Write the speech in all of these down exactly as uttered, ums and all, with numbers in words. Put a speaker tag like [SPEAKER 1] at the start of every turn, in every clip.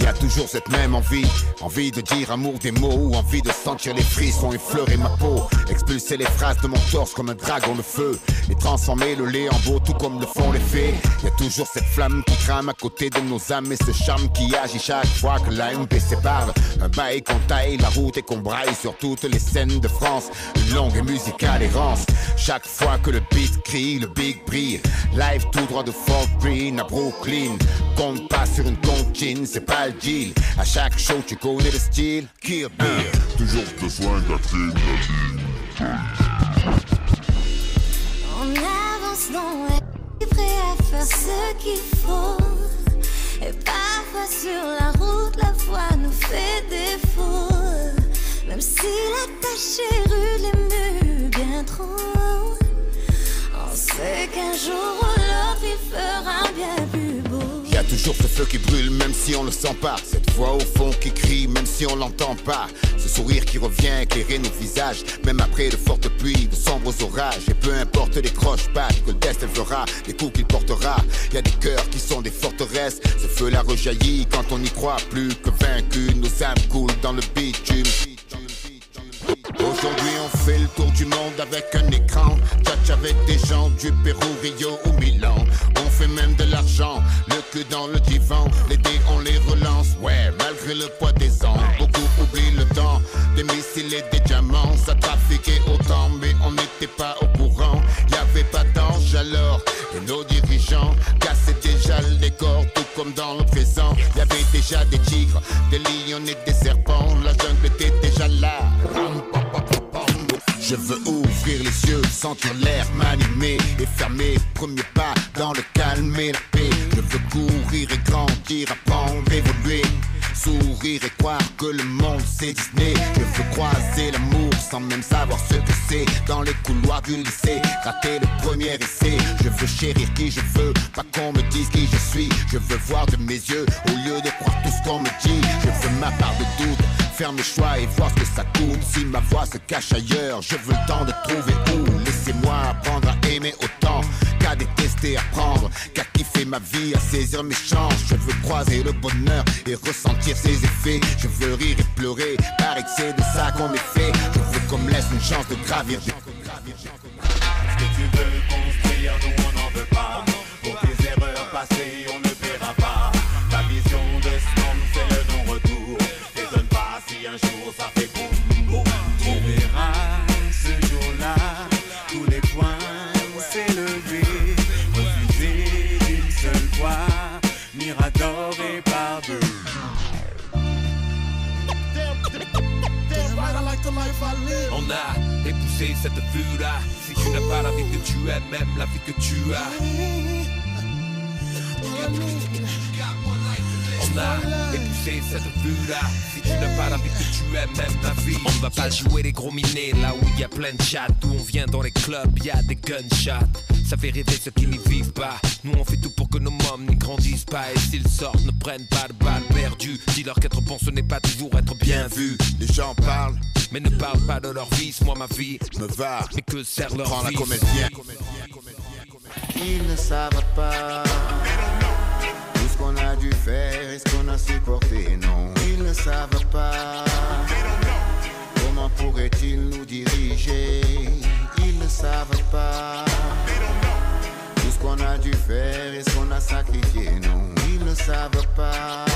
[SPEAKER 1] y a toujours cette même envie, envie de dire amour des mots, ou envie de sentir les frissons effleurer ma peau, expulser les phrases de mon torse comme un dragon de feu, et transformer le lait en beau tout comme le font les fées. Y a toujours cette flamme qui crame à côté de nos âmes et ce charme qui agit chaque fois que la M P sépare. Un bail qu'on taille la route et qu'on braille sur toutes les scènes de France. Une longue et musicale errance. Chaque fois que le beat crie, le big brille. Live tout droit de Fort Greene à Brooklyn. Compte pas sur une comptine, c'est pas le deal. À chaque show tu connais le style. Kill Bill.
[SPEAKER 2] Toujours besoin d'adrénaline.
[SPEAKER 3] On avance dans la prêt à faire ce qu'il faut. Et parfois sur la route, la foi nous fait défaut. Même si la tâche est rude, les murs bien trop. On sait qu'un jour ou l'autre, il fera bien plus beau.
[SPEAKER 1] Y a toujours ce feu qui brûle même si on le sent pas. Cette voix au fond qui crie même si on l'entend pas. Ce sourire qui revient éclairer nos visages. Même après de fortes pluies, de sombres orages. Et peu importe les croche-pattes que le destin fera, les coups qu'il portera. Y a des cœurs qui sont des forteresses. Ce feu-là rejaillit quand on n'y croit plus que vaincu. Nos âmes coulent dans le bitume. Aujourd'hui on fait le tour du monde avec un écran. Tchatch avec des gens du Pérou, Rio ou Milan. On fait même de l'argent, le cul dans le divan. Les dés on les relance, ouais, malgré le poids des ans. Beaucoup oublient le temps, des missiles et des diamants. Ça trafiquait autant mais on n'était pas au courant. Y'avait pas d'ange alors, et nos dirigeants cassaient déjà le décor. Tout comme dans le présent, y'avait déjà des tigres, des lions et des serpents. La jungle était déjà là. Je veux ouvrir les yeux, sentir l'air m'animer et fermer premier pas dans le calme et la paix. Je veux courir et grandir, apprendre, évoluer, sourire et croire que le monde c'est Disney. Je veux croiser l'amour sans même savoir ce que c'est. Dans les couloirs du lycée, rater le premier essai. Je veux chérir qui je veux, pas qu'on me dise qui je suis. Je veux voir de mes yeux au lieu de croire tout ce qu'on me dit. Je veux ma part de doute, faire mes choix et voir ce que ça coûte. Si ma voix se cache ailleurs, je veux le temps de trouver où. Laissez-moi apprendre à aimer autant qu'à détester, apprendre qu'à kiffer ma vie, à saisir mes chances. Je veux croiser le bonheur et ressentir ses effets. Je veux rire et pleurer, par que c'est de ça qu'on est fait. Je veux qu'on me laisse une chance de gravir.
[SPEAKER 4] Ce que tu veux construire, nous on n'en veut pas. Pour tes erreurs passées, on ne paiera pas. Ta vision de ce monde, c'est le non-retour. T'étonne pas si un jour ça fait boum boum. Tu verras ce jour-là, tous les points s'élever. Refuser d'une seule fois, Mirador et par deux.
[SPEAKER 5] On a épousé cette vue-là. Si tu n'as pas la vie que tu aimes, même la vie que tu as. On a épousé cette vue-là. Si tu n'as pas la vie que tu aimes, même la vie. On ne va pas jouer les gros minés là où il y a plein de chats. D'où on vient dans les clubs, il y a des gunshots. Ça fait rêver ceux qui n'y vivent pas. Nous on fait tout pour que nos mômes n'y grandissent pas. Et s'ils sortent, ne prennent pas de balles perdues. Dis-leur qu'être bon ce n'est pas toujours être bien vu.
[SPEAKER 1] Les gens parlent,
[SPEAKER 5] mais ne parlent pas de leur vie. Moi ma vie
[SPEAKER 1] me va,
[SPEAKER 5] mais que sert leur
[SPEAKER 1] prends
[SPEAKER 5] vie.
[SPEAKER 1] la comédienne.
[SPEAKER 6] Ils ne savent pas tout ce qu'on a dû faire et ce qu'on a supporté, non. Ils ne savent pas comment pourraient-ils nous diriger. Ils ne savent pas tout ce qu'on a dû faire et ce qu'on a sacrifié, non. Ils ne savent pas.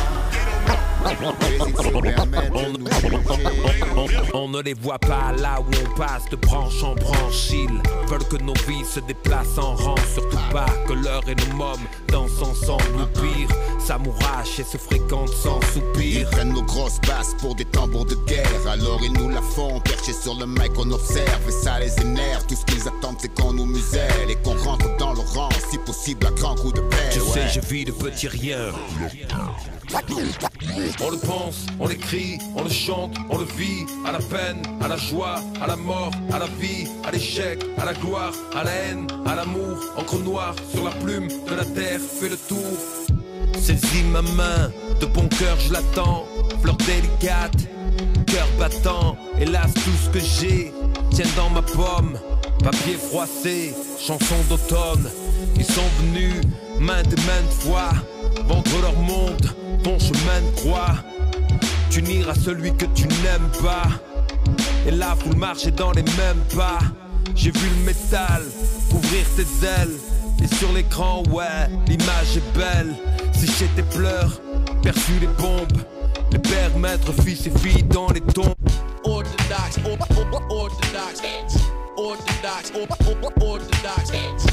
[SPEAKER 5] On, on ne les voit pas là où on passe de branche en branche. Ils veulent que nos vies se déplacent en rang. Surtout pas que l'heure et nos mômes dansent ensemble. Ou pire, s'amourachent et se fréquentent sans soupir.
[SPEAKER 1] Ils prennent nos grosses basses pour des tambours de guerre. Alors ils nous la font, perchés sur le mic on observe. Et ça les énerve, tout ce qu'ils attendent c'est qu'on nous muselle. Et qu'on rentre dans le rang, si possible à grands coups de pelle.
[SPEAKER 5] Tu
[SPEAKER 1] ouais.
[SPEAKER 5] sais je vis de petits riens. On le pense, on l'écrit, on le chante, on le vit. À la peine, à la joie, à la mort, à la vie, à l'échec, à la gloire, à la haine, à l'amour. Encre noire sur la plume de la terre fait le tour. Saisis ma main, de bon cœur je l'attends. Fleur délicate, cœur battant. Hélas tout ce que j'ai tient dans ma pomme. Papier froissé, chanson d'automne. Ils sont venus maintes et maintes fois vendre leur monde ton chemin de croix. Tu n'iras celui que tu n'aimes pas. Et la foule marchait dans les mêmes pas. J'ai vu le métal couvrir tes ailes. Et sur l'écran, ouais, l'image est belle. Sécher tes pleurs, perçu les bombes. Les pères, maîtres, fils et filles dans les tombes. Orthodox, orthodox, orthodox, orthodox, orthodox,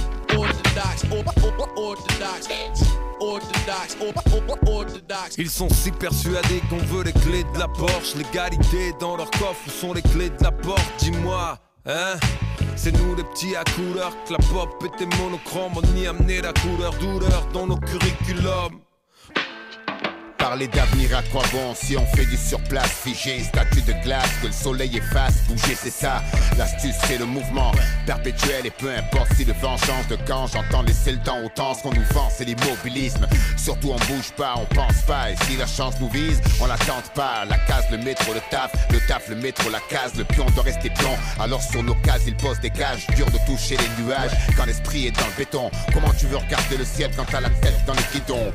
[SPEAKER 5] orthodox, orthodox. Ils sont si persuadés qu'on veut les clés de la Porsche. L'égalité dans leur coffre, où sont les clés de la porte? Dis-moi, hein? C'est nous les petits à couleur, que la pop était monochrome. On y amenait la couleur douleur dans nos curriculums.
[SPEAKER 1] Parler d'avenir à quoi bon si on fait du surplace figé, statue de glace que le soleil efface, bouger c'est ça, l'astuce c'est le mouvement perpétuel et peu importe si le vent change de camp, j'entends laisser le temps au temps, ce qu'on nous vend c'est l'immobilisme, surtout on bouge pas, on pense pas et si la chance nous vise, on la tente pas, la case, le métro, le taf, le taf, le métro, la case, le pion doit rester pion, alors sur nos cases il pose des gages, dur de toucher les nuages, quand l'esprit est dans le béton, comment tu veux regarder le ciel quand t'as la tête dans le guidon?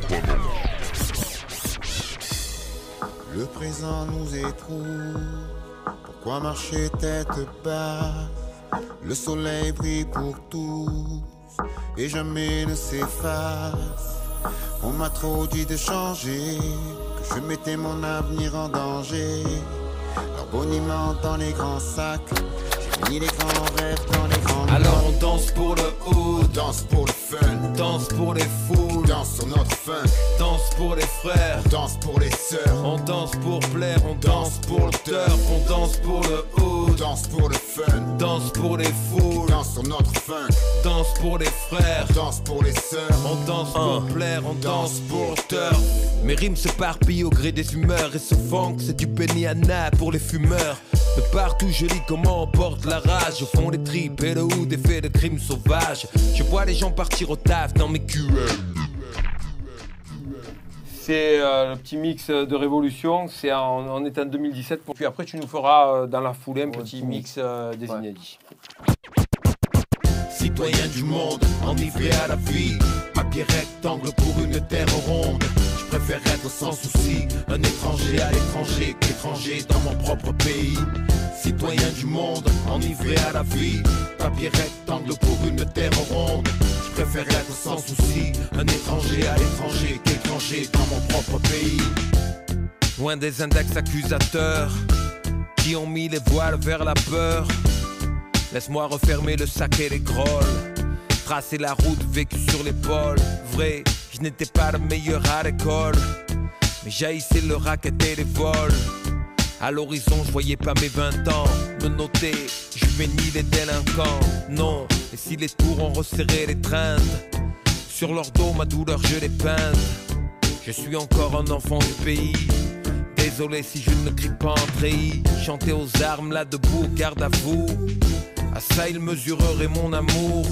[SPEAKER 6] Le présent nous étrouve, pourquoi marcher tête basse? Le soleil brille pour tous, et jamais ne s'efface. On m'a trop dit de changer, que je mettais mon avenir en danger. Leur boniment dans les grands sacs, j'ai mis les grands rêves dans les grands
[SPEAKER 5] Alors mains. On danse pour le haut,
[SPEAKER 1] danse pour le fun,
[SPEAKER 5] danse pour les foules,
[SPEAKER 1] danse sur notre funk,
[SPEAKER 5] danse pour les frères,
[SPEAKER 1] on danse pour les sœurs,
[SPEAKER 5] on danse pour plaire, on danse pour le turf, on danse pour le haut,
[SPEAKER 1] on danse pour le fun,
[SPEAKER 5] danse pour les foules,
[SPEAKER 1] danse sur notre funk,
[SPEAKER 5] danse pour les frères,
[SPEAKER 1] on danse pour les sœurs,
[SPEAKER 5] on danse pour uh. plaire, on danse pour le turf. Mes rimes se parpillent au gré des humeurs et ce funk c'est du Benihana pour les fumeurs. De partout je lis comment on porte la rage. Au fond des tripes et le haut des faits de crimes sauvages. Je vois les gens partir au taf dans mes Q M.
[SPEAKER 7] C'est euh, le petit mix de Révolution, c'est en, on est en deux mille dix-sept. Puis après tu nous feras euh, dans la foulée un ouais, petit mix euh, des ouais. inédits.
[SPEAKER 5] Citoyen du monde, enivré à la vie, papier rectangle pour une terre ronde. Je préfère être sans souci, un étranger à l'étranger qu'étranger dans mon propre pays. Citoyen du monde, enivré à la vie, papier rectangle pour une terre ronde. Je préfère être sans souci, un étranger à l'étranger qu'étranger dans mon propre pays. Loin des index accusateurs qui ont mis les voiles vers la peur. Laisse-moi refermer le sac et les grolles, tracer la route vécue sur l'épaule. Vrai, je n'étais pas le meilleur à l'école, mais j'haïssais le racket et les vols. À l'horizon, je voyais pas mes vingt ans me noter, juvénile et délinquant. Non, et si les tours ont resserré les trains, sur leur dos ma douleur je les peinte. Je suis encore un enfant du pays, désolé si je ne crie pas en treillis. Chanter aux armes là debout, garde à vous, à ça il mesurerait mon amour.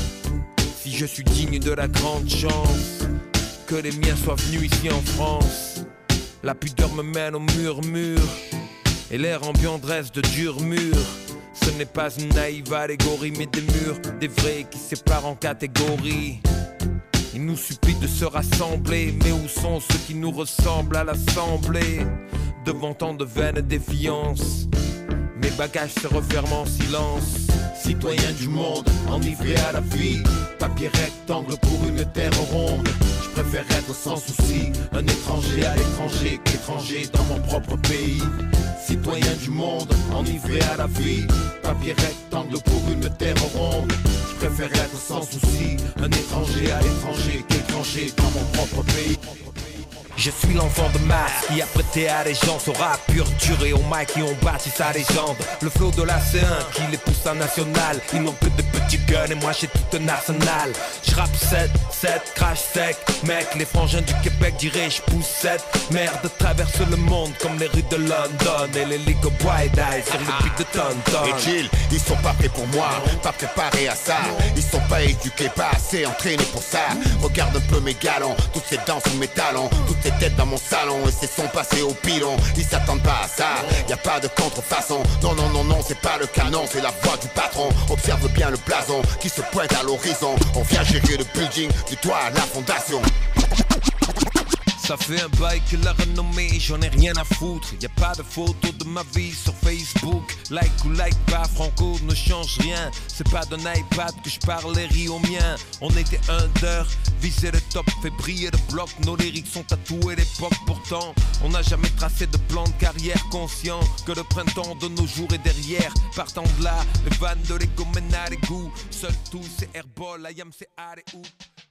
[SPEAKER 5] Si je suis digne de la grande chance que les miens soient venus ici en France. La pudeur me mène au murmure et l'air ambiant dresse de durs murs. Ce n'est pas une naïve allégorie mais des murs, des vrais qui séparent en catégories. Il nous supplie de se rassembler, mais où sont ceux qui nous ressemblent à l'assemblée? Devant tant de vaines défiances, mes bagages se referment en silence. Citoyen du monde, enivré à la vie, papier rectangle pour une terre ronde. Je préfère être sans souci, un étranger à l'étranger qu'étranger dans mon propre pays. Citoyen du monde, enivré à la vie, papier rectangle pour une terre ronde. Je préfère être sans souci, un étranger à l'étranger qu'étranger dans mon propre pays. Je suis l'enfant de masse qui a prêté allégeance au rap pur, dur et au mic qui ont bâti sa légende. Le flow de la C un qui les pousse en national. Ils n'ont que de petits guns et moi j'ai tout un arsenal. Je rappe sept, sept, crash sec. Mec, les frangins du Québec diraient je pousse sept. Merde traverse le monde comme les rues de London et les ligues White Eye sur le beat de Tonton.
[SPEAKER 1] Et Jill, ils sont pas prêts pour moi, pas préparés à ça. Ils sont pas éduqués, pas assez entraînés pour ça. Regarde un peu mes galons, toutes ces danses sous mes talons, toutes ces têtes dans mon salon et ces sons passés au pilon. Ils s'attendent pas à ça, y a pas de contrefaçon. Non, non, non, non, c'est pas le canon, c'est la voix du patron. Observe bien le blason qui se pointe à l'horizon. On vient gérer le building, du toit à la fondation.
[SPEAKER 5] Ça fait un bail que la renommée, j'en ai rien à foutre. Y a pas de photos de ma vie sur Facebook. Like ou like pas, Franco ne change rien. C'est pas d'un iPad que je parle les riz au mien. On était under, viser le top, fait briller le bloc. Nos lyrics sont tatoués d'époque. Pourtant, on n'a jamais tracé de plan de carrière. Conscient que le printemps de nos jours est derrière. Partant de là, les vannes de l'ego mènent à l'égout. Seul tout c'est airball, I am c'est allez ou.